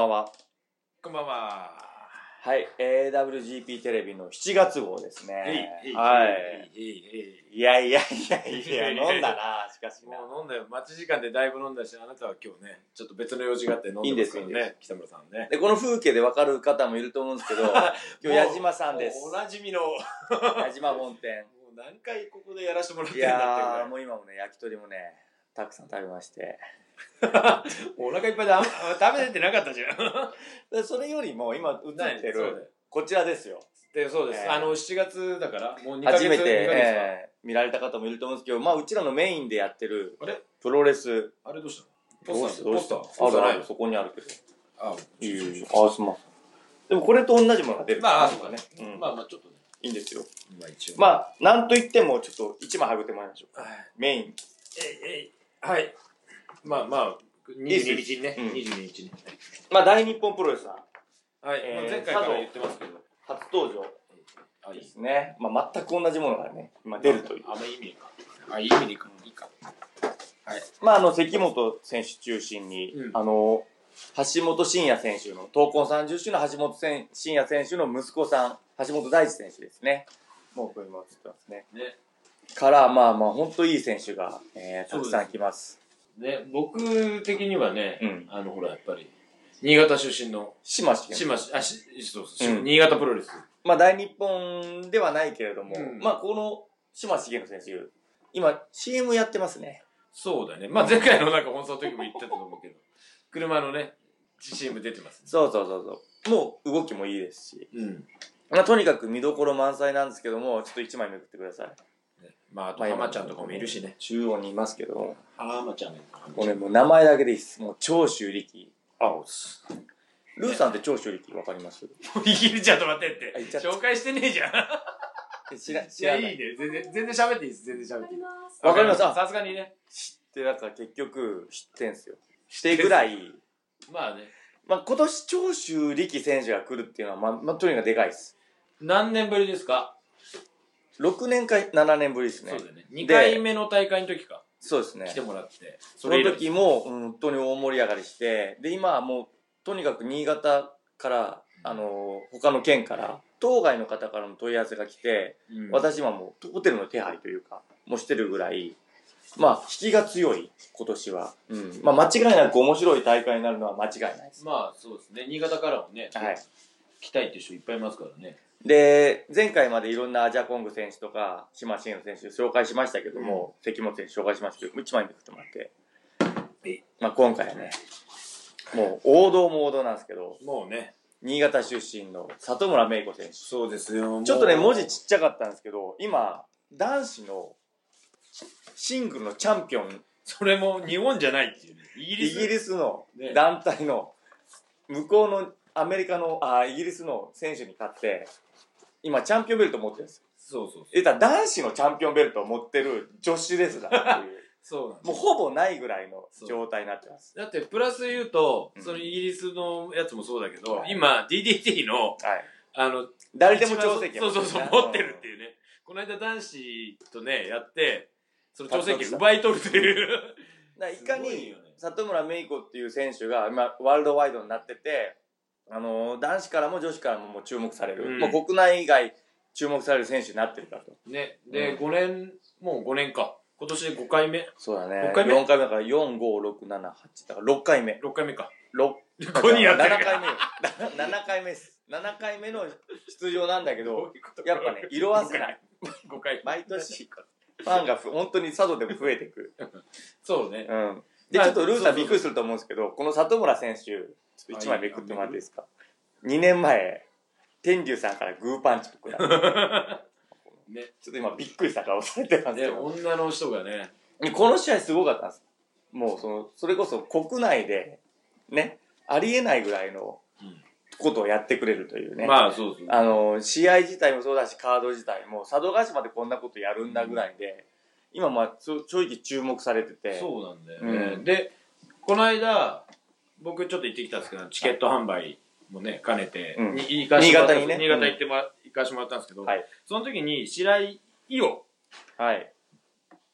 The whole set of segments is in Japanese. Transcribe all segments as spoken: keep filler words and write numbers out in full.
は。 こんばんは。 はい、エーダブリュージーピー テレビのしちがつ号ですね。 えい、 はえい、えい、 い。いやいやいやいや、飲んだな、しかしな。 もう飲んだよ。待ち時間でだいぶ飲んだし、あなたは今日ね、ちょっと別の用事があって飲んでますからね。いいんです、北村さんね。 で、この風景で分かる方もいると思うんですけど、今日矢島さんです。 おなじみの矢島本店。 もう何回ここでやらせてもらっているんだっていうやー、もう今もね、焼き鳥もね、たくさん食べまして。 お腹いっぱいであん食べれてなかったじゃん。 でそれよりも今映ってる、こちらですよ。 でそうです、えー、あのしちがつだからもうにかげつ初めて、えー、見られた方もいると思うんですけど、まあうちらのメインでやってるプロレス。 あれどうしたのポスターポスターあるある、そこにあるけど。 ああ、 いいいいあ、すまん。でもこれと同じものが出るまあそうだね、 うん、 まあまあちょっとねいいんですよ。 まあ一応まあなんといってもちょっといちまいはぐってもらいましょうか、はい、メイン。 えいえい、はい。まあまあにじゅうににちにね、うん、にじゅうににちにまあ大日本プロレスさん、 はい、えー、前回から言ってますけど初登場ですね。まあ全く同じものがね今出るという。 あんま意味か。あ、いい意味でいいか。いいか。 はい。まああの関本選手中心に、うん、あの橋本真也選手の闘魂さんじゅっしゅうの橋本真也選手の息子さん橋本大地選手ですね。もうこれも映ってますね。ね。からまあまあ本当いい選手が、えー、たくさん来ます。 ね、僕的にはね、うん、あのほらやっぱり新潟出身の島重島あしそうそう、うん、新潟プロレス。 まあ大日本ではないけれども、うん、まあこの島重の選手今 シーエム やってますね。 そうだね。まあ前回のなんか放送の時も言ってたと思うけど、車のね シーエム 出てます、ね。 そうそうそうそう。もう動きもいいですし、うん、まあとにかく見どころ満載なんですけども、ちょっといちまいめくってください。 まあ、あと、浜ちゃんとかもいるしね。 中央にいますけど。 浜ちゃんね。 これもう名前だけでいいです。もう、長州力。あ、おす。ルーさんって長州力わかります？ いきるちゃんと待ってって。紹介してねえじゃん。 知ら、知らない。 いや、いいね。全然、全然喋っていいです。全然喋っていい。 わかります。 さすがにね。 知ってだから結局、知ってんすよ。してぐらい。 まあね。 まあ今年長州力選手が来るっていうのは、まあ、まあ、とにかくでかいです。 何年ぶりですか？ ろくねんかななねんぶりですね。 そうだよね。にかいめの大会の時か。 そうですね。 来てもらって。 その時も、本当に大盛り上がりして、で、今はもう、とにかく新潟から、あの、他の県から、当該の方からの問い合わせが来て、うん、私はもう、ホテルの手配というか、もうしてるぐらい、まあ、引きが強い、今年は。うん。まあ、間違いなく面白い大会になるのは間違いないです。 まあ、そうですね。新潟からもね、はい。来たいっていう人いっぱいいますからね。 で、前回までいろんなアジャコング選手とか、島慎選手紹介しましたけども、うん、関本選手紹介しましたけど、いちまいめくってもらって。まあ今回はね、もう王道も王道なんですけど、 もうね、 新潟出身の里村芽衣子選手。 そうですよ。 ちょっとね、文字ちっちゃかったんですけど、今、男子のシングルのチャンピオン。 それも日本じゃないっていうね。イギリス。 イギリスの団体の、向こうのアメリカの、あ、イギリスの選手に勝って、今チャンピオンベルト持ってるんですよ。 そうそうそう。 言ったら男子のチャンピオンベルトを持ってる女子レスラーっていう。 そうなんです。 もうほぼないぐらいの状態になってます。 だってプラス言うと、うん、そのイギリスのやつもそうだけど、はい、今 ディーディーティー の、はい、あの、 誰でも挑戦権、 そうそうそう、持ってるっていうね。この間男子とね、やって、その挑戦権奪い取るという。 いかに、里村芽衣子っていう選手が今、ワールドワイドになってて、あのー、男子からも女子からももう注目される、うん、もう国内外注目される選手になってるかと。 ね。で、うん、ごねん、もうごねんか。今年でごかいめ。 そうだね。ろっかいめよんかいめだからよん、ご、ろく、なな、はち。だからろっかいめ。 ろっかいめか。 ろっ、 ごにやってるななかいめよ。ななかいめです。ななかいめの出場なんだけど、やっぱね、色あせない。 ごかい。 毎年、ファンが本当に佐渡でも増えてくる。 そうね。 うん。で、ちょっとルーさんびっくりすると思うんですけど、この里村選手、ちょっといちまいめくってもらっていいですか。にねんまえ、天竜さんからグーパンチを食らった。ね、ちょっと今びっくりした顔されてますけど。 女の人がね。 この試合すごかったんです。もうその、それこそ国内で、ね、ありえないぐらいのことをやってくれるというね。 まあそうそう。 あの、試合自体もそうだし、カード自体も、佐渡島でこんなことやるんだぐらいで、うん、今まあ、正直注目されてて。 そうなんだよね。うん、で、この間、僕ちょっと行ってきたんですけど、チケット販売もね、兼ねて、 うん、新潟にね。 新潟行ってもら、行かしてもらったんですけど、はい、その時に白井伊代。 はい。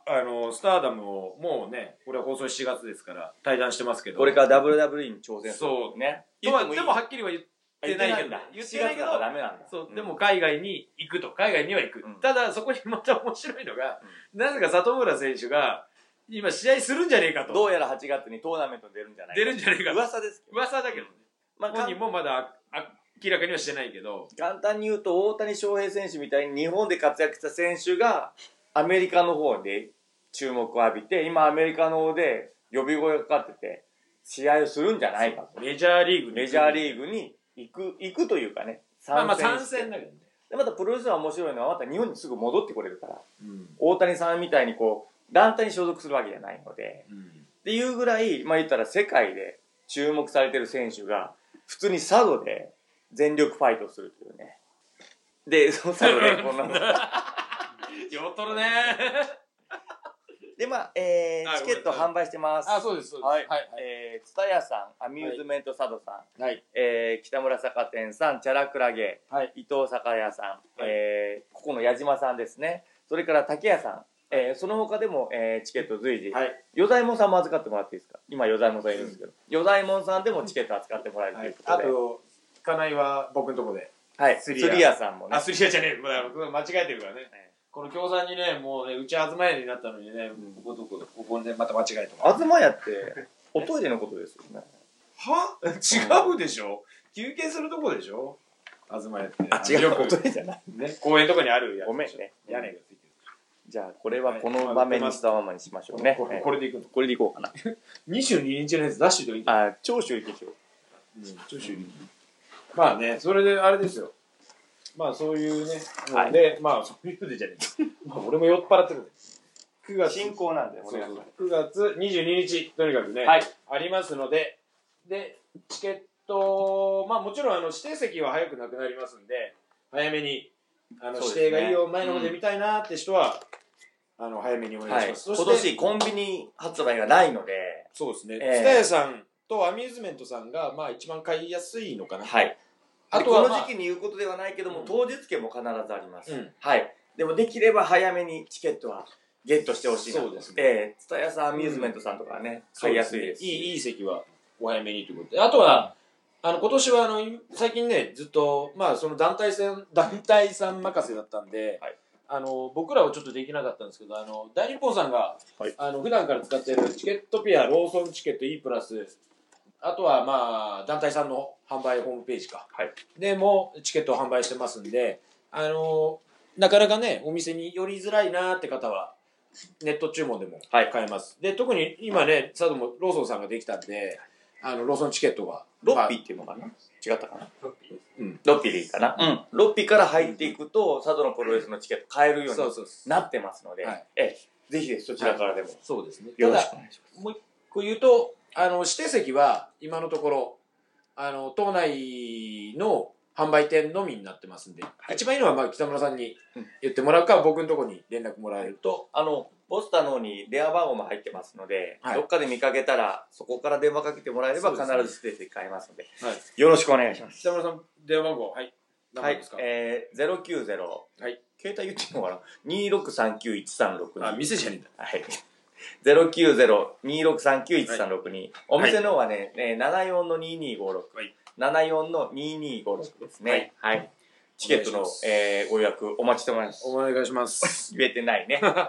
あのスターダムをもうね、これは放送しちがつですから対談してますけど、 これから ダブリューダブリューイー に挑戦するそうね。 でもでもはっきりは言ってないけど、 言ってないけどダメなんだ。 そう、でも海外に行くと、海外には行く、うん、ただそこにまた面白いのが、うん、なぜか里村選手が今試合するんじゃねえかと。 どうやらはちがつにトーナメント出るんじゃないか。 出るんじゃねえか。 噂ですけど。 噂だけどね。まあ、本人もまだ明らかにはしてないけど。 簡単に言うと大谷翔平選手みたいに日本で活躍した選手がアメリカの方で注目を浴びて、今アメリカの方で呼び声がかかってて試合をするんじゃないかと。 メジャーリーグにメジャーリーグに行く行くというかね。 まあまあ参戦だけどね。 でまたプロレスが面白いのはまた日本にすぐ戻ってこれるから、うん、大谷さんみたいにこう団体に所属するわけじゃないので、うん、っていうぐらいまあ言ったら世界で注目されてる選手が普通に佐渡で全力ファイトをするというね。でその佐渡でこんなのよっとるねでまあ、えー、チケット販売してます。 あ、そうですそうです。 はい。はい、えー、蔦屋さん、アミューズメント佐渡さん、はい、えー、北村酒店さん、チャラクラゲ、はい、伊藤酒屋さん、はい、えー、ここの矢島さんですね。それから竹屋さん、えー、その他でも、えー、チケット随時、はい、与左衛門さんも預かってもらっていいですか。今与左衛門さんいるんですけど、与左衛門さんでもチケット扱ってもらえるということで、はい、 あと金井は僕のとこで、 はい、釣り屋さんもね。 あ、釣り屋じゃねえ、間違えてるからね。はい、この協賛にね、もうね、うち東屋になったのにね、ここどこここでまた間違えてます。 東屋っておトイレのことですよね。 は？違うでしょ。休憩するとこでしょ。東屋って。 あ、違う。おトイレじゃない。 ね、公園とかにあるやつ。 ごめんね。 屋根がついてる。 じゃあこれはこの場面にしたままにしましょうね。 これでいくの？ これでいこうかな。 にじゅうににちのやつ出しておいて。 あ、長州力でしょ。 うん、長州力。まあね、それであれですよ。まあそういうね、はい、で、まあそういうでじゃねえ。まあ俺も酔っ払ってるんで。くがつ進行なんで、 そうそうくがつにじゅうににち、とにかくね、はい、ありますので、で、チケット、まあもちろんあの指定席は早くなくなりますんで、早めに、あの、ね、指定がいいよ、前の方で見たいなって人は、うん、あの、早めにお願いします。 はい、今年コンビニ発売がないので、 そうですね、蔦屋さんとアミューズメントさんが、まあ一番買いやすいのかな。 はい。あとは、まあ、この時期に言うことではないけども、うん、当日券も必ずあります、うん、はい。でもできれば早めにチケットはゲットしてほしいなと。そうですね。えー、蔦屋さん、アミューズメントさんとかね、うん、買いやすいですし、 いい、いい席はお早めにということで。あとは、あの、今年はあの、最近ね、ずっと、まあその団体戦、団体さん任せだったんで、はい、あの、僕らはちょっとできなかったんですけど、あの、大日本さんが、はい、あの、普段から使っているチケットピア、ローソンチケット E プラス、あとはまあ団体さんの販売ホームページか、はい、でもチケットを販売してますんで、あのー、なかなかねお店に寄りづらいなーって方はネット注文でも買えます、はい、で特に今ね佐渡もローソンさんができたんで、あのローソンチケットがロッピーっていうのかな、違ったかな、ロッピー、うん、ロッピーでいいかな、うん、ロッピーから入っていくと佐渡のプロレスのチケット買えるようになってますので、はい、えぜひそちらからでも、はい、 そうですね、 よろしくお願いします。 もう一個言うと、あの指定席は今のところあの島内の販売店のみになってますんで、はい、一番いいのはまあ北村さんに言ってもらうか、うん、僕のところに連絡もらえると、 あのポスターの方に電話番号も入ってますので、はい、どっかで見かけたらそこから電話かけてもらえれば必ず指定席買えますので、はい、よろしくお願いします。 北村さん電話番号、はい何番ですか？はい、えー、ゼロきゅうゼロ、はい、携帯言っていいのかな、にーろくさんきゅういちさんろくに、 あ、店じゃねえんだ、 はいゼロきゅうゼロ にーろくさんきゅういちさんろくに、はい、お店の方はね、はい、ななよんのにーにーごろく、はい、ななよんのにーにーごろくですね。はい。はい、チケットの、えー、ご予約お待ちしております。 お願いします。 言えてないね。 はい。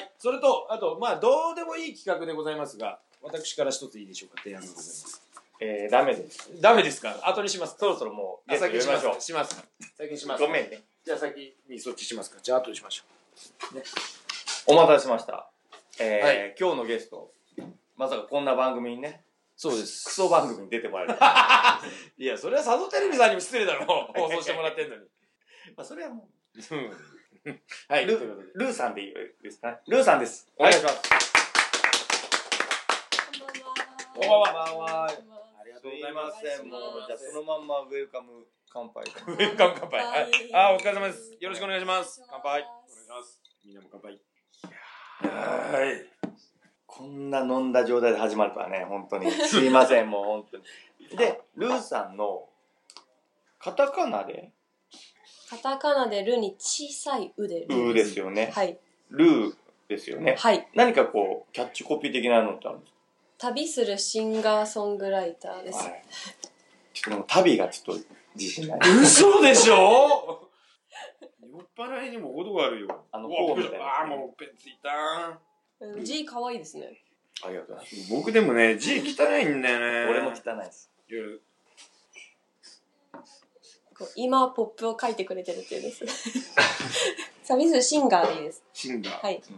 それと、あと、まあ、どうでもいい企画でございますが、私から一ついいでしょうか、提案でございます。 えー、ダメです。 ダメですか？後にします。 そろそろもう、 先にしましょう。します。先にします。 ごめんね。 じゃあ先にそっちしますか。じゃあ後にしましょう。ね。 お待たせしました。えーはい、今日のゲスト、まさかこんな番組にね、 そうです。 クソ番組に出てもらえる。 いや、それは佐渡テレビさんにも失礼だろう。放送してもらってんのに。 まあ、それはもう。 はい。 ルルーさんでいいですか？ルーさんです。お願いします。 こんばんは。 こんばんは。ありがとうございます。すいません。もう、じゃあそのまんまウェルカム乾杯。 ウェルカム乾杯。あ、お疲れ様です。よろしくお願いします。乾杯。お願いします。みんなも乾杯。 はい。こんな飲んだ状態で始まるとはね、本当に。すいません、もう本当に。で、ルーさんの、カタカナでカタカナでルに小さいウでルーですよね。 はい。 ルー、 ですよね。 はい。 何かこうキャッチコピー的なのってあるんですか？ 旅するシンガーソングライターです。 はい、ちょっともう旅がちょっと自信ない。 嘘でしょ？酔っ払いにも程があるよ。 あのこうみたいな。 ああ、もうペンついた。 G 可愛いですね。 ありがとうございます。 僕でもね、G 汚いんだよね。 俺も汚いです。 こう今ポップを書いてくれてるっていうんです。旅するシンガーでいいです。 シンガー。 はい。うん、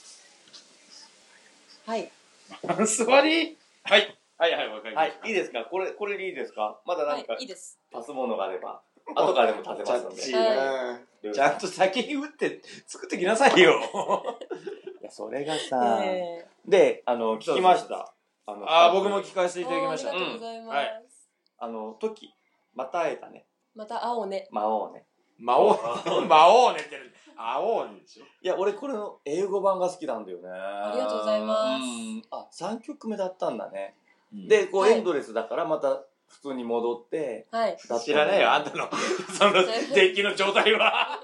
はい。 座り？はい。はいはい、わかりました。 はい、いいですか？これ、これでいいですか？まだ何か、 はい、いいです。 パスものがあれば、後からでも立てますので。 はい、 ちゃんと先に打って作ってきなさいよ。 いや、それがさ、 えー、で、あの、聞きました。 あの、あ、僕も聞かせていただきました。 ありがとうございます。うん、 はい、あの、時、また会えたね。 また会おうね。 魔王ね。 魔王、魔王ねって、会おうねでしょ。 いや、俺これの英語版が好きなんだよね。 ありがとうございます。 うん、あ、さんきょくめだったんだね。うん、で、こう、エンドレスだから、また、普通に戻って、 はい、 知らないよ、あんたの、その、デッキの状態は。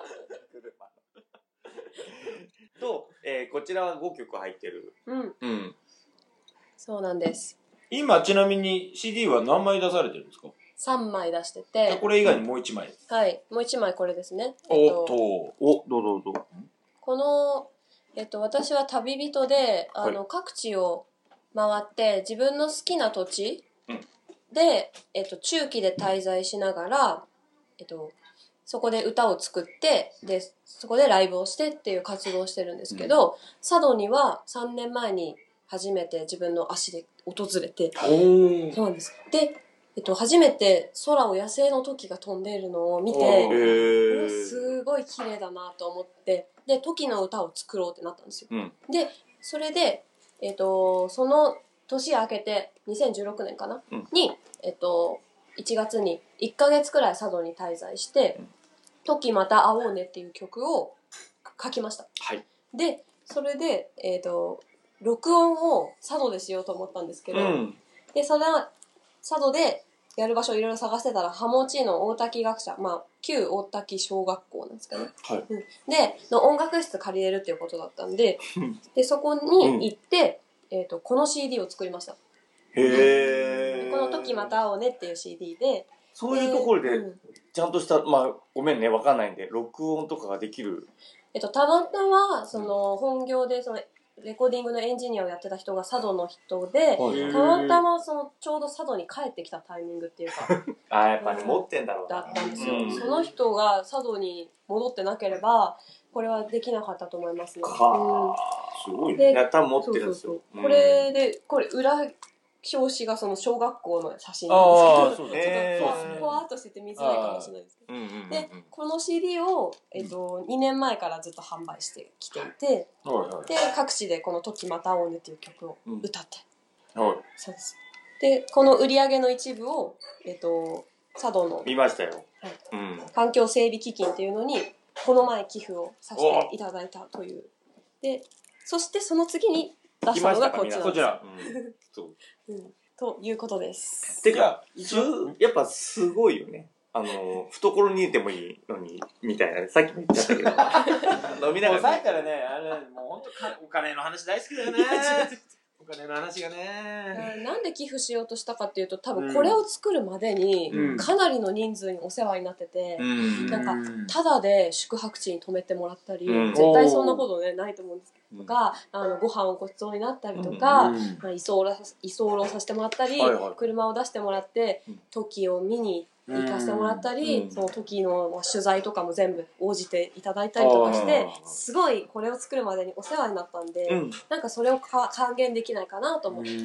と、えー、こちらはごきょく入ってる。 うん。 うん。 そうなんです。 今、ちなみに シーディー は何枚出されてるんですか？ さんまい出してて。 これ以外にもういちまい。 はい。もういちまいこれですね。 おっと。 お、どうぞどうぞ。 この、えっと、私は旅人で、あの、はい、各地を回って、自分の好きな土地で、えっと、中期で滞在しながら、えっと、そこで歌を作って、で、そこでライブをしてっていう活動をしてるんですけど、うん、佐渡にはさんねんまえに初めて自分の足で訪れて、そうなんです。で、えっと、初めて空を野生のトキが飛んでいるのを見て、すごい綺麗だなと思って、で、トキの歌を作ろうってなったんですよ。うん、で、それで、えっと、その年明けて、にせんじゅうろくねんかな、うん、に、えっと、いちがつにいっかげつくらい佐渡に滞在して、うん、トキまた会おうねっていう曲を書きました。 はい。 で、それで、えっと、録音を佐渡でしようと思ったんですけど、うん、で、それは、佐渡でやる場所をいろいろ探してたら、ハモチの大滝学者、まあ、旧大滝小学校なんですけどね。 はい。 うん、で、の音楽室借りれるっていうことだったんで、で、そこに行って、うん、えっと、この シーディー を作りました。 へー。 この時また会おうねっていう シーディー で、 そういうところで、ちゃんとした、まあ、ごめんね、わかんないんで、録音とかができる。 えっと、たまたま、その、本業で、その、レコーディングのエンジニアをやってた人が佐渡の人で、たまたまそのちょうど佐渡に帰ってきたタイミングっていうかあ、やっぱり、ね、持ってんだろうなだったんですよ、うん、その人が佐渡に戻ってなければこれはできなかったと思いますね。 はあ、うん、すごいね。いや、多分持ってるんですよ。 そうそうそう、うん、これでこれ裏表紙がその小学校の写真なんですけど、ちょっとふわっとしてて見づらいかもしれないですけど、うんうんうんうん、でこの シーディー を、えー、とにねんまえからずっと販売してきていて、 はいはい、 で各地でこの「時また会おうね」っていう曲を歌って、 うん、はい、 そうです。でこの売り上げの一部を、えー、と佐渡の見ましたよ、 はい、 うん、 環境整備基金っていうのにこの前寄付をさせていただいたという。でそしてその次に出したのがこちらです。 こちら、 うんそううん、ということです。 てかやっぱすごいよね。あの懐に入れてもいいのにみたいな、ね、さっきも言っちゃったけど飲みながら、 もうさっきからね、あれもう本当お金の話大好きだよね。お金の話がね。 なんで寄付しようとしたかっていうと、多分これを作るまでにかなりの人数にお世話になってて、うん、なんかタダで宿泊地に泊めてもらったり、うん、絶対そんなことねないと思うんですけど、とか、あのご飯をごちそうになったりとか、うんまあ、居候居候させてもらったり、はいはい、車を出してもらって時を見に行かせてもらったり、うん、その時の取材とかも全部応じていただいたりとかして、すごいこれを作るまでにお世話になったんで、うん、なんかそれをか還元できないかなと思って、うん、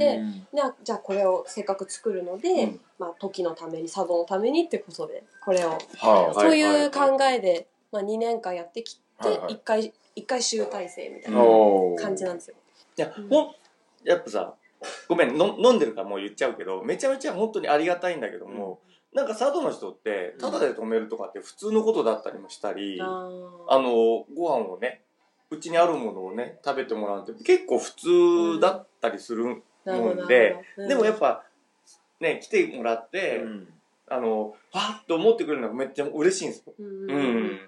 じゃあこれをせっかく作るので、うんまあ、時のために佐渡のためにってことでこれを、はい、そういう考えで、まあ、にねんかんやってきて、はいはい、いっかいいっかい集大成みたいな感じなんですよ。 いや、うん、ほやっぱさごめんの飲んでるからもう言っちゃうけど、めちゃめちゃ本当にありがたいんだけども、うん、なんか佐渡の人ってタダで泊めるとかって普通のことだったりもしたり、うん、あのご飯をねうちにあるものをね食べてもらうって結構普通だったりするもんで、うん、でもやっぱね来てもらって、うん、あのわっと思ってくれるのがめっちゃ嬉しいんですよ。うん、うん、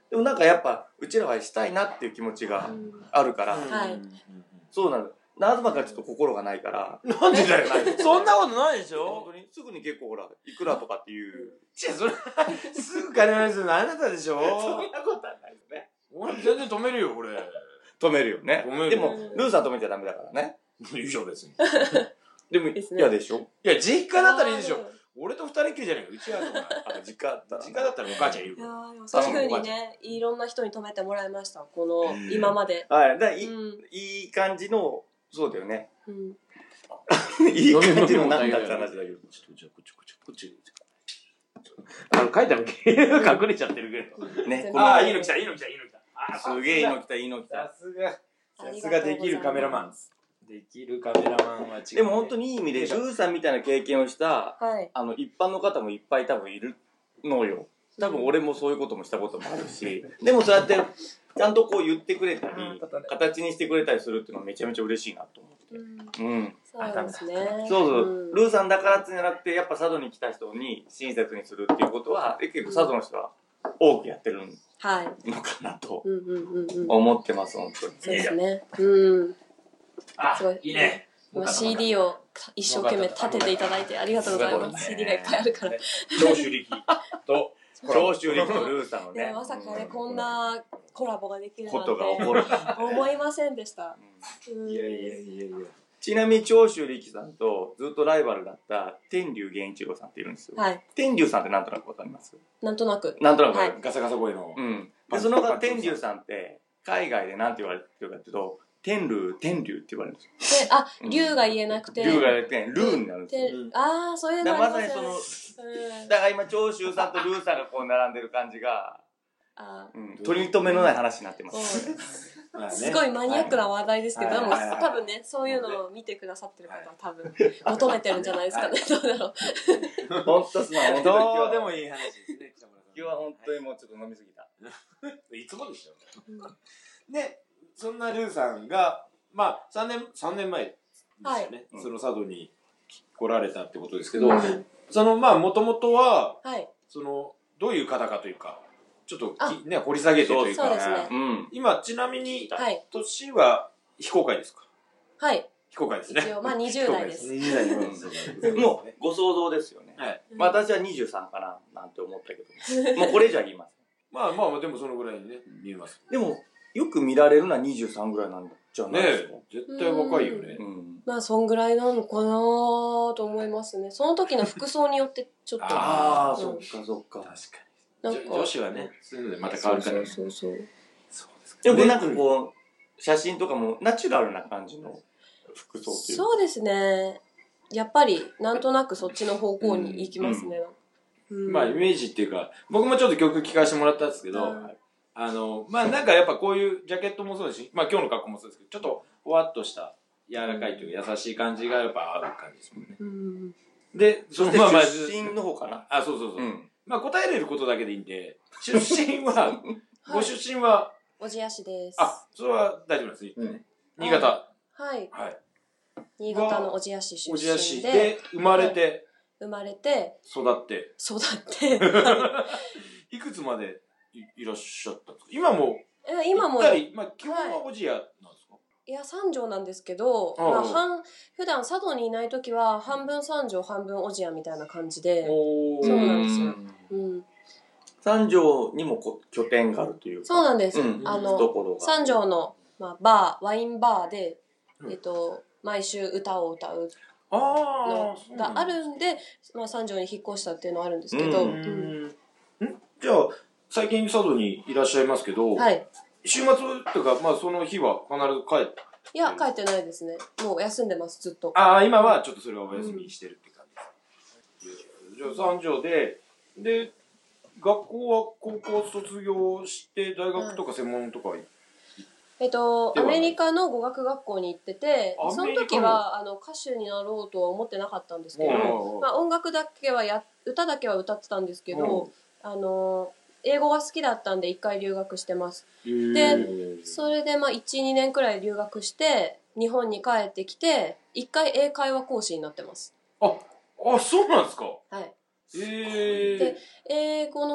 でもなんかやっぱうちらはしたいなっていう気持ちがあるから、 うんはいそうなの。東がちょっと心がないから。 なんでだよ。そんなことないでしょ。 本当にすぐに結構ほらいくらとかっていう。 違う、それすぐ金払いするのあなたでしょ。 そんなことはないですね。 俺全然止めるよ、これ。 止めるよね。 止める。 でもルーさん止めちゃダメだからね。 いいじゃん別に。 でも嫌でしょ。 いや実家だったらいいでしょ。俺と二人っきりじゃないか。うちはとか。 あ、実家だったら。 実家だったらお母ちゃんいる。 いやそういうふうにね、いろんな人に止めてもらいました。この今まで。 はい。だいい感じのそうだよね。 うん。 いい感じのなんだって話だけど。 ちょっとじゃあこっちこっちこっち。あの書いてある隠れちゃってるけど。ね。ああいいの来たいいの来たいいの来た。あすげえいいの来たいいの来た。 さすがさすができるカメラマン。できるカメラマンは違う。 でも本当にいい意味でルーさんみたいな経験をしたあの一般の方もいっぱい多分いるのよ。多分俺もそういうこともしたこともあるし、でもそうやってちゃんとこう言ってくれたり形にしてくれたりするっていうのはめちゃめちゃ嬉しいなと思って。うん。 そうですね。 そうそう。ルーさんだからってじゃなくてやっぱ佐渡に来た人に親切にするっていうことは結構佐渡の人は多くやってるのかなと思ってます本当に。 そうですね。うん。 あ、いいね。 シーディー を一生懸命立てていただいてありがとうございます。シーディー がいっぱいあるから。 長州力と長州力とルーさんのね。 まさかねこんなコラボができるなんてことが起こる思いませんでした。 いやいやいやいや。 ちなみに長州力さんとずっとライバルだった天竜源一郎さんっているんですよ。天竜さんってなんとなくわかります？ なんとなく。 なんとなく。 ガサガサ声の。 うん。でその天竜さんって海外でなんて言われてるかっていうと。天竜、天竜って言われるんですよ。 あ、竜が言えなくて。 竜が言えなくて、ルーになるんですよ。 ああ、そういうのありますよね。 まさにその、だから今、長州さんとルーさんがこう並んでる感じが、取り留めのない話になってます。 すごいマニアックな話題ですけど、でも多分ね、そういうのを見てくださってる方は多分求めてるんじゃないですかね。どうだろう。 本当すまん。 どうでもいい話ですね。 今日は本当にもうちょっと飲みすぎた。 いつもでしょ。で、そんなルーさんが、まあ、さんねん、さんねんまえですよね。その佐渡に来られたってことですけど、その、まあ、もともとは、その、どういう方かというか、ちょっとね、掘り下げてというか、今、ちなみに、年は非公開ですか？ はい。 非公開ですね。 一応、まあ、にじゅう代です。 にじゅう代です。もう、ご想像ですよね。私はにじゅうさんかな、なんて思ったけど、もうこれ以上は言います。 まあまあ、でもそのぐらいにね、見えます。 でも、よく見られるのはにじゅうさんぐらいなんじゃないですか。 ねえ、絶対若いよね。 まあ、そんぐらいなのかなと思いますね。その時の服装によってちょっと。 ああ、そっかそっか。 確かに。女子はね、そういうのでまた変わるから。 そうそうそう。 でもなんかこう、写真とかもナチュラルな感じの服装っていう。 そうですね。やっぱり、なんとなくそっちの方向に行きますね。 まあ、イメージっていうか、僕もちょっと曲聴かせてもらったんですけど、あの、まあなんかやっぱこういうジャケットもそうですし、まあ今日の格好もそうですけど、ちょっとふわっとした柔らかいというか優しい感じがやっぱ合う感じですもんね。うん、で、 そのまあまあ出身の方かな。 あ、そうそうそう。うん、まあ答えれることだけでいいんで、出身は、ご出身は小千谷市です。 あ、それは大丈夫なんですね。うん、新潟。 はい。 はい。 新潟の小千谷市出身で。 小千谷市で生まれて、 生まれて、 育って。 育って。 いくつまでいらっしゃったんですか？今も今も、 まあ、基本は小千谷なんですか？はい、 いや三条なんですけど、ああまあ、半普段佐渡にいない時は半分三条半分小千谷みたいな感じで、そうなんですよ。うん、 三条にもこ拠点があるというか。 そうなんです。うん、あの三条の、まあ、バーワインバーで、えっと、毎週歌を歌うのがあるんで、まあ、三条に引っ越したっていうのはあるんですけど。うん、 じゃあ最近佐渡にいらっしゃいますけど、はい、週末とか、まあ、その日は必ず帰っていや、帰ってないですね。もう休んでます、ずっと。 ああ、今はちょっとそれはお休みしてるって感じです、うん、じゃあ三条で、で、学校は高校卒業して大学とか専門とか、はい、 えっと、アメリカの語学学校に行ってて、その時はあの歌手になろうとは思ってなかったんですけど、まあ、音楽だけはや、歌だけは歌ってたんですけど、あの、英語が好きだったんで一回留学してます。で、それでまあいち、にねんくらい留学して日本に帰ってきて一回英会話講師になってます。 あ、あ、そうなんですか。 はい。 へー。 で、英語の講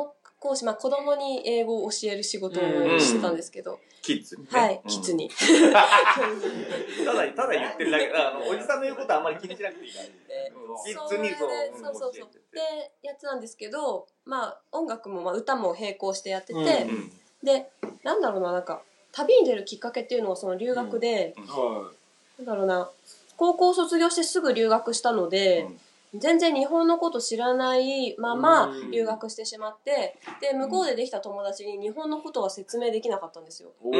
講師、まあ、子供に英語を教える仕事をしてたんですけど、 キッズにね。 はい、キッズに。 ただ、ただ言ってるだけ、あの、おじさんの言うことはあんまり気にしなくていいから。キッズにそう、 そうそうそう。で、やつなんですけど、まあ、音楽も、まあ、歌も並行してやってて、で、なんだろうな、なんか、旅に出るきっかけっていうのはその留学で、なんだろうな、高校卒業してすぐ留学したので、全然日本のこと知らないまま留学してしまって、で、向こうでできた友達に日本のことは説明できなかったんですよ。 うん。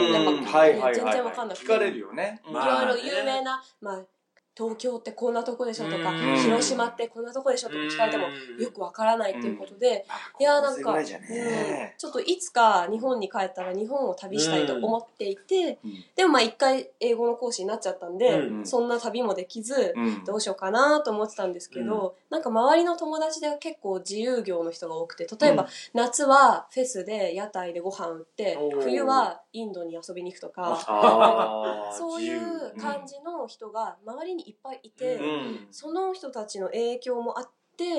やっぱ、 はいはいはい、 全然わかんなくて。 聞かれるよね。 いろいろ有名な、まあ、東京ってこんなとこでしょとか、広島ってこんなとこでしょとか聞かれてもよくわからないっていうことで、いやなんか、うん、ちょっといつか日本に帰ったら日本を旅したいと思っていて、でもまあ一回英語の講師になっちゃったんで、そんな旅もできず、どうしようかなと思ってたんですけど、なんか周りの友達で結構自由業の人が多くて、例えば夏はフェスで屋台でご飯売って、冬はインドに遊びに行くとか、そういう感じの人が周りにいっぱいいて、うん、その人たちの影響もあって、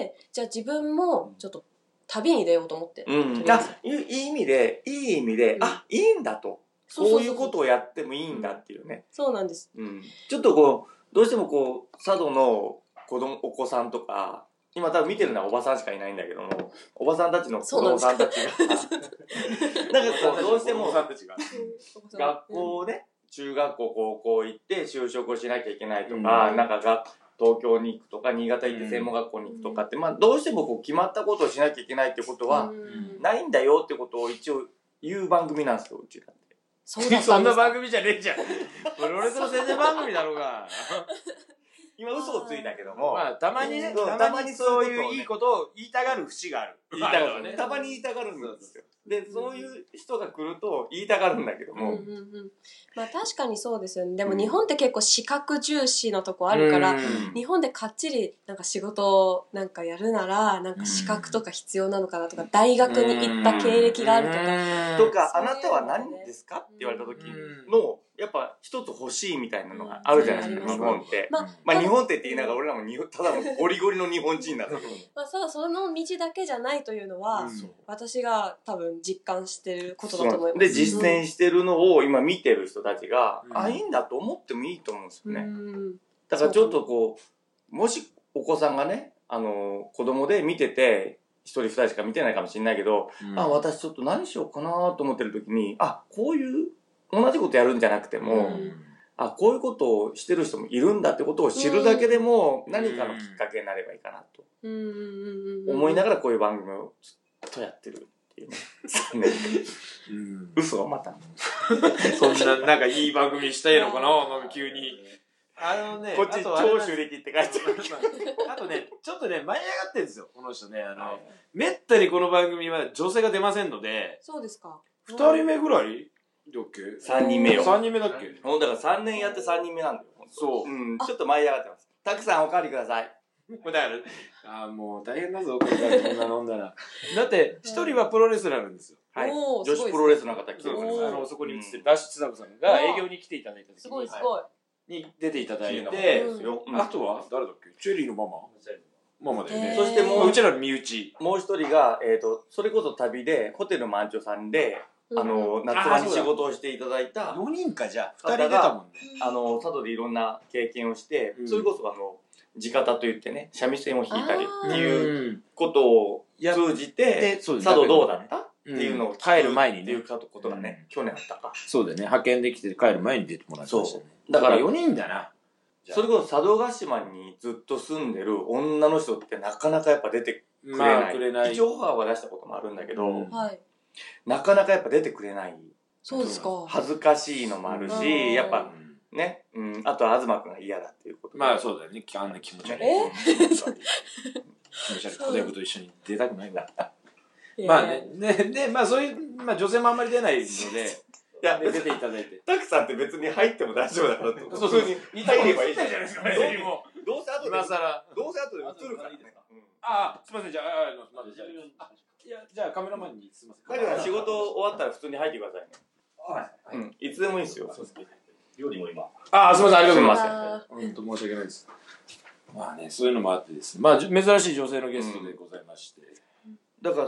じゃあ自分もちょっと旅に出ようと思って、 うん、あいい意味でいい意味で、うん、あいいんだと、こういうことをやってもいいんだっていうね、 そうなんです、 うん、ちょっとこうどうしてもこう佐渡の子供お子さんとか今多分見てるのはおばさんしかいないんだけども、おばさんたちの子供さんたちがなんかこうどうしても学校ね、中学校高校行って就職をしなきゃいけないとか、うん、なんかが東京に行くとか新潟行って専門学校に行くとかって、うん、まあどうしてもこう決まったことをしなきゃいけないってことはないんだよってことを一応言う番組なんですよ、うちだって。 そんなそんな番組じゃねえじゃん。プロレスの宣伝番組だろうが。 今嘘をついたけども、 まあたまにね、たまにそういういいことを言いたがる節がある。 言いたがるね。たまに言いたがるんですよ。で、そういう人が来ると言いたがるんだけども。うんうんうん、 まあ確かにそうですよね。でも日本って結構資格重視のとこあるから、うん、日本でかっちりなんか仕事をなんかやるなら、なんか資格とか必要なのかなとか、大学に行った経歴があるとか。 とか、あなたは何ですかって言われた時の、やっぱ一つ欲しいみたいなのがあるじゃないですか、日本って。まあ、まあ日本ってって言いながら俺らも日本ただのゴリゴリの日本人だと。 まあそう、その道だけじゃないというのは、うん、私が多分実感してることだと思います。 で、実践してるのを今見てる人たちが、うん、あ、いいんだと思ってもいいと思うんですよね。うん、だからちょっとこう、もしお子さんがね、あの、子供で見てて、一人二人しか見てないかもしれないけど、うん、あ、私ちょっと何しようかなと思ってる時に、あ、こういう、同じことやるんじゃなくても、うん、あ、こういうことをしてる人もいるんだってことを知るだけでも何かのきっかけになればいいかなと思いながらこういう番組をずっとやってるっていうね。うん、嘘はまた。 そんな、なんかいい番組したいのかななんか急に。あのね、 こっち超収益って書いてある。 あとね、ちょっとね、舞い上がってるんですよ、この人ね。あの、めったにこの番組は女性が出ませんので。 そうですか。 二人目ぐらいだっけ？ 三人目よ。 三人目だっけ？ もうだから三年やって三人目なんだよ。 そう。 うん、ちょっと舞い上がってます。たくさんおかわりください。 だから、ああ、もう大変だぞ、これからこんな飲んだら。だって、一人はプロレスラーなんですよ。 はい。女子プロレスの方来てる。 あの、そこに映ってるダッシュつなこさんが営業に来ていただいた時に。 すごいすごい。 に出ていただいて、あとは誰だっけ？チェリーのママ？ママだよね。 そしてもう、 うちらの身内。 もう一人が、えっと、それこそ旅で、ホテル満潮さんで、あの、夏場に仕事をしていただいた。 よにんかじゃあ。ふたり出たもんね。 あの、佐渡でいろんな経験をして、それこそあの、地方と言ってね、三味線を弾いたりっていうことを通じて、佐渡どうだったっていうのを帰る前にね。 っていうことがね、去年あったか。 そうだよね。派遣できて帰る前に出てもらってましたね。 だからよにんだな。 それこそ佐渡島にずっと住んでる女の人ってなかなかやっぱ出てくれない。くれない。一応オファーは出したこともあるんだけど、はい、なかなかやっぱ出てくれない。 そうですか。 恥ずかしいのもあるし、やっぱね、うん、あとは東くんが嫌だっていうこと。 まあそうだよね。あんな気持ち悪い。え気持ち悪い。小デブと一緒に出たくないんだ。まあね、で、で、まあそういう、まあ女性もあんまり出ないので、いや、出ていただいて。 タクさんって別に入っても大丈夫だからって。 そうそう。入ればいいじゃないですか、別にもう。 どうせ後で、 今更。 どうせ後で映るからね。 ああ、すみません、じゃあ、ああ、まずじゃあ。いや、じゃあカメラマンにすみません。 だから仕事終わったら普通に入ってくださいね。はい。うん。いつでもいいですよ。 料理も今。 ああ、すみません、ありがとうございます。本当申し訳ないです。まあね、そういうのもあってですね。まあ、珍しい女性のゲストでございまして。 だからそう、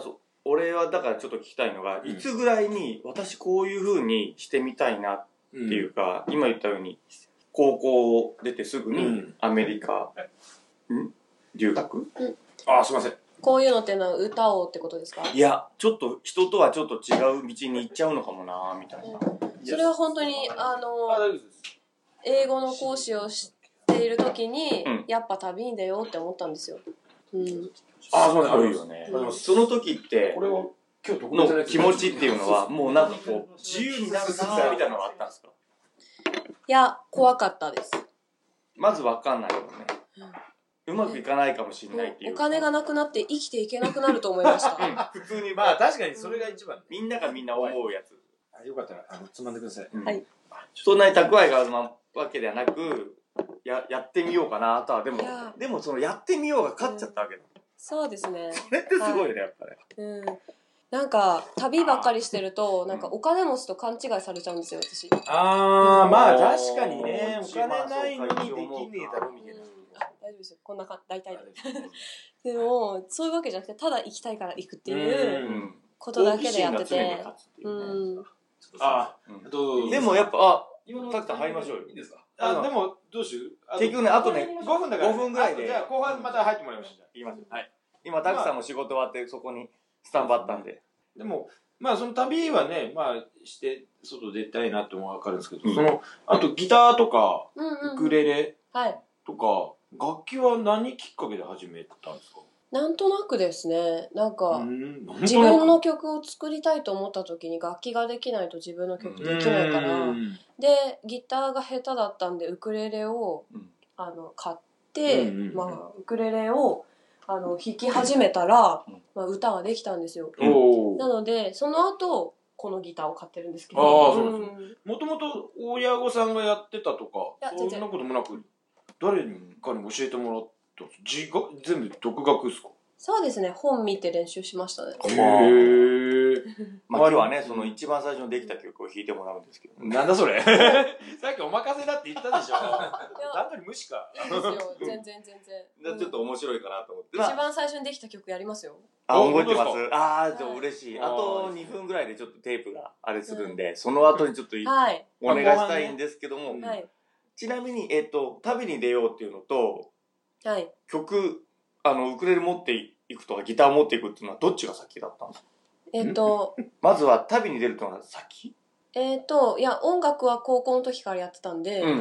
俺はだからちょっと聞きたいのが、うん、いつぐらいに私こういう風にしてみたいなっていうか、うん、今言ったように高校出てすぐにアメリカ、うん、留学、うん、 ああすいません。 こういうのってのは歌をってことですか？ いやちょっと人とはちょっと違う道に行っちゃうのかもなみたいな、 うん、それは本当にあの英語の講師をしている時に、うん、やっぱ旅に出ようって思ったんですよ、うん、 ああそうなんですよね、うん、その時ってこれは今日特別な気持ちっていうのはもうなんかこう自由になるなみたいなのがあったんですか？ いや怖かったです。 まず分かんないよね、うん、うまくいかないかもしれないっていう、 お金がなくなって生きていけなくなると思いました普通にまあ確かにそれが一番、 みんながみんな思うやつ、 はい、よかったらあのつまんでください、 うん、はい。 そんなに蓄えがあるわけではなく や, やってみようかなとはでもでもそのやってみようが勝っちゃったわけだ、うん、 そうですね。 それってすごいね、はい、やっぱり、 うん、なんか旅ばっかりしてるとなんかお金持ちと勘違いされちゃうんですよ私。 ああまあ確かにね、お金ないのにできねえだろみたいな、うん、 あ大丈夫ですよこんなか大体ででもそういうわけじゃなくてただ行きたいから行くっていうことだけでやってて、うん、 あどうでもやっぱあタクタ入りましょうよ。いいですか？ あでもどうしよう。 結局ねあとねごふんだからごふんぐらいでじゃあ後半また入ってもらいましょう。 言います。はい。今タクさんも仕事終わってそこにスタンバったんで。 でもまあその旅はねまあして外出たいなってもわかるんですけど、うん、そのあとギターとか、うんうん、ウクレレとか楽器は何きっかけで始めたんですか？ なんとなくですね、なんか自分の曲を作りたいと思った時に楽器ができないと自分の曲できないから、でギターが下手だったんでウクレレを、うん、あの買って、うんうん、まあ、ウクレレをあの弾き始めたら、まあ、歌ができたんですよ、うん、なのでその後このギターを買ってるんですけど、 もともと親御さんがやってたとかそんなこともなく誰かに教えてもらった自が全部独学ですか？ そうですね、本見て練習しましたね。 へーまあ今日はねその一番最初にできた曲を弾いてもらうんですけど、 なんだそれさっきお任せだって言ったでしょ単純に無視かいいですよ全然全然ちょっと面白いかなと思って、 うん、一番最初にできた曲やりますよ。 あ覚えてます。ああじゃあ嬉しい、はい、あとにふんぐらいでちょっとテープがあれするんで、うん、その後にちょっと、はい、お願いしたいんですけども、はい、ちなみにえっと旅に出ようっていうのと、はい、曲あのウクレレ持っていくとかギター持っていくっていうのはどっちが先だったんですか？ えっとまずは旅に出るっていうのが先？ えっといや音楽は高校の時からやってたんで、うんうん、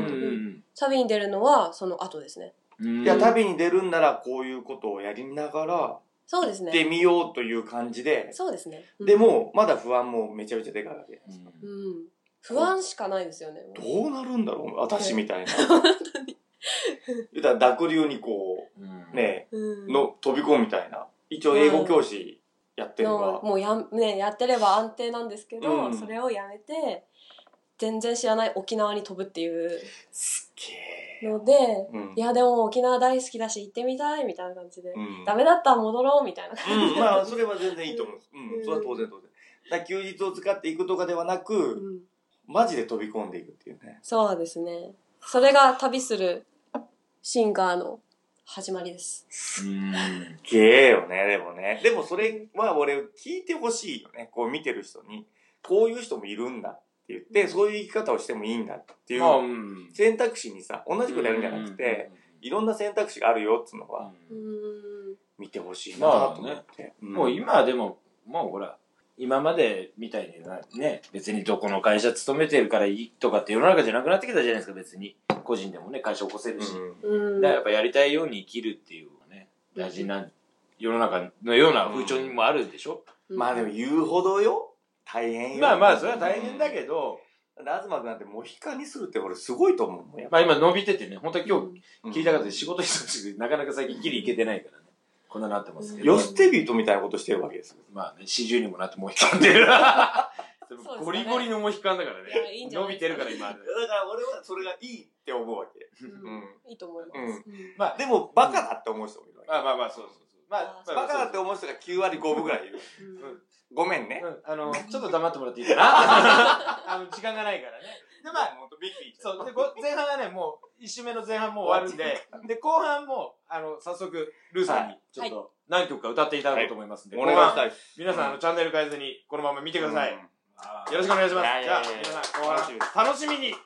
旅に出るのはその後ですね。 いや旅に出るんならこういうことをやりながらそうですね行ってみようという感じで、 そうですね、 うん、でもまだ不安もめちゃめちゃでかいわけじゃないですか、 うん、不安しかないですよね。 どうなるんだろう私みたいな言ったら濁流にこう、うん、ね、うん、の飛び込むみたいな一応英語教師やってれば、 うん、もうや、ね、やってれば安定なんですけど、うん、それをやめて全然知らない沖縄に飛ぶっていうすっげーので、うん、いやでも沖縄大好きだし行ってみたいみたいな感じで、うん、ダメだったら戻ろうみたいな感じで、 うん、まあそれは全然いいと思うんです、うん、それは当然当然だ休日を使っていくとかではなく、うん、マジで飛び込んでいくっていうね。 そうですね、それが旅するシンガーの始まりです。 すっげえよね。でもねでもそれは俺聞いてほしいよね、こう見てる人にこういう人もいるんだって言って、うん、そういう生き方をしてもいいんだっていう選択肢にさ同じくやるんじゃなくて、いろんな選択肢があるよっつうのは見てほしいなと思って、 まあね、うん、もう今はでももうほら今までみたいにね別にどこの会社勤めてるからいいとかって世の中じゃなくなってきたじゃないですか。別に個人でもね会社起こせるし、うん、だからやっぱやりたいように生きるっていうのがね大事な世の中のような風潮にもあるでしょ、 うん、まあでも言うほどよ大変よ。 まあまあそれは大変だけど、 東君なんてモヒカンにするって俺すごいと思うもん。 まあ今伸びててね本当は今日切りたかった仕事忙しくてなかなか最近切りいけてないからねこんななってますけど、 ヨステビートみたいなことしてるわけです。 まあね四十にもなってモヒカンでゴリゴリのモヒカンだからね。いい伸びてるから今。だから俺はそれがいいって思うわけ。 うん、いいと思います。うん、 まあでもバカだって思う人もいるわけ。 まあまあまあそうそうそう。まあバカだって思う人がきゅうわりごぶぐらいいる。ごめんね。 あのちょっと黙ってもらっていいかな。あの時間がないからね。でまあビッキーそうで前半がねもう一周目の前半もう終わるんで、で後半もあの早速ルーさんにちょっと何曲か歌っていただこうと思いますんで、 お願いしたい。 皆さんあのチャンネル変えずにこのまま見てください。よろしくお願いします。じゃあ皆さん後半楽しみに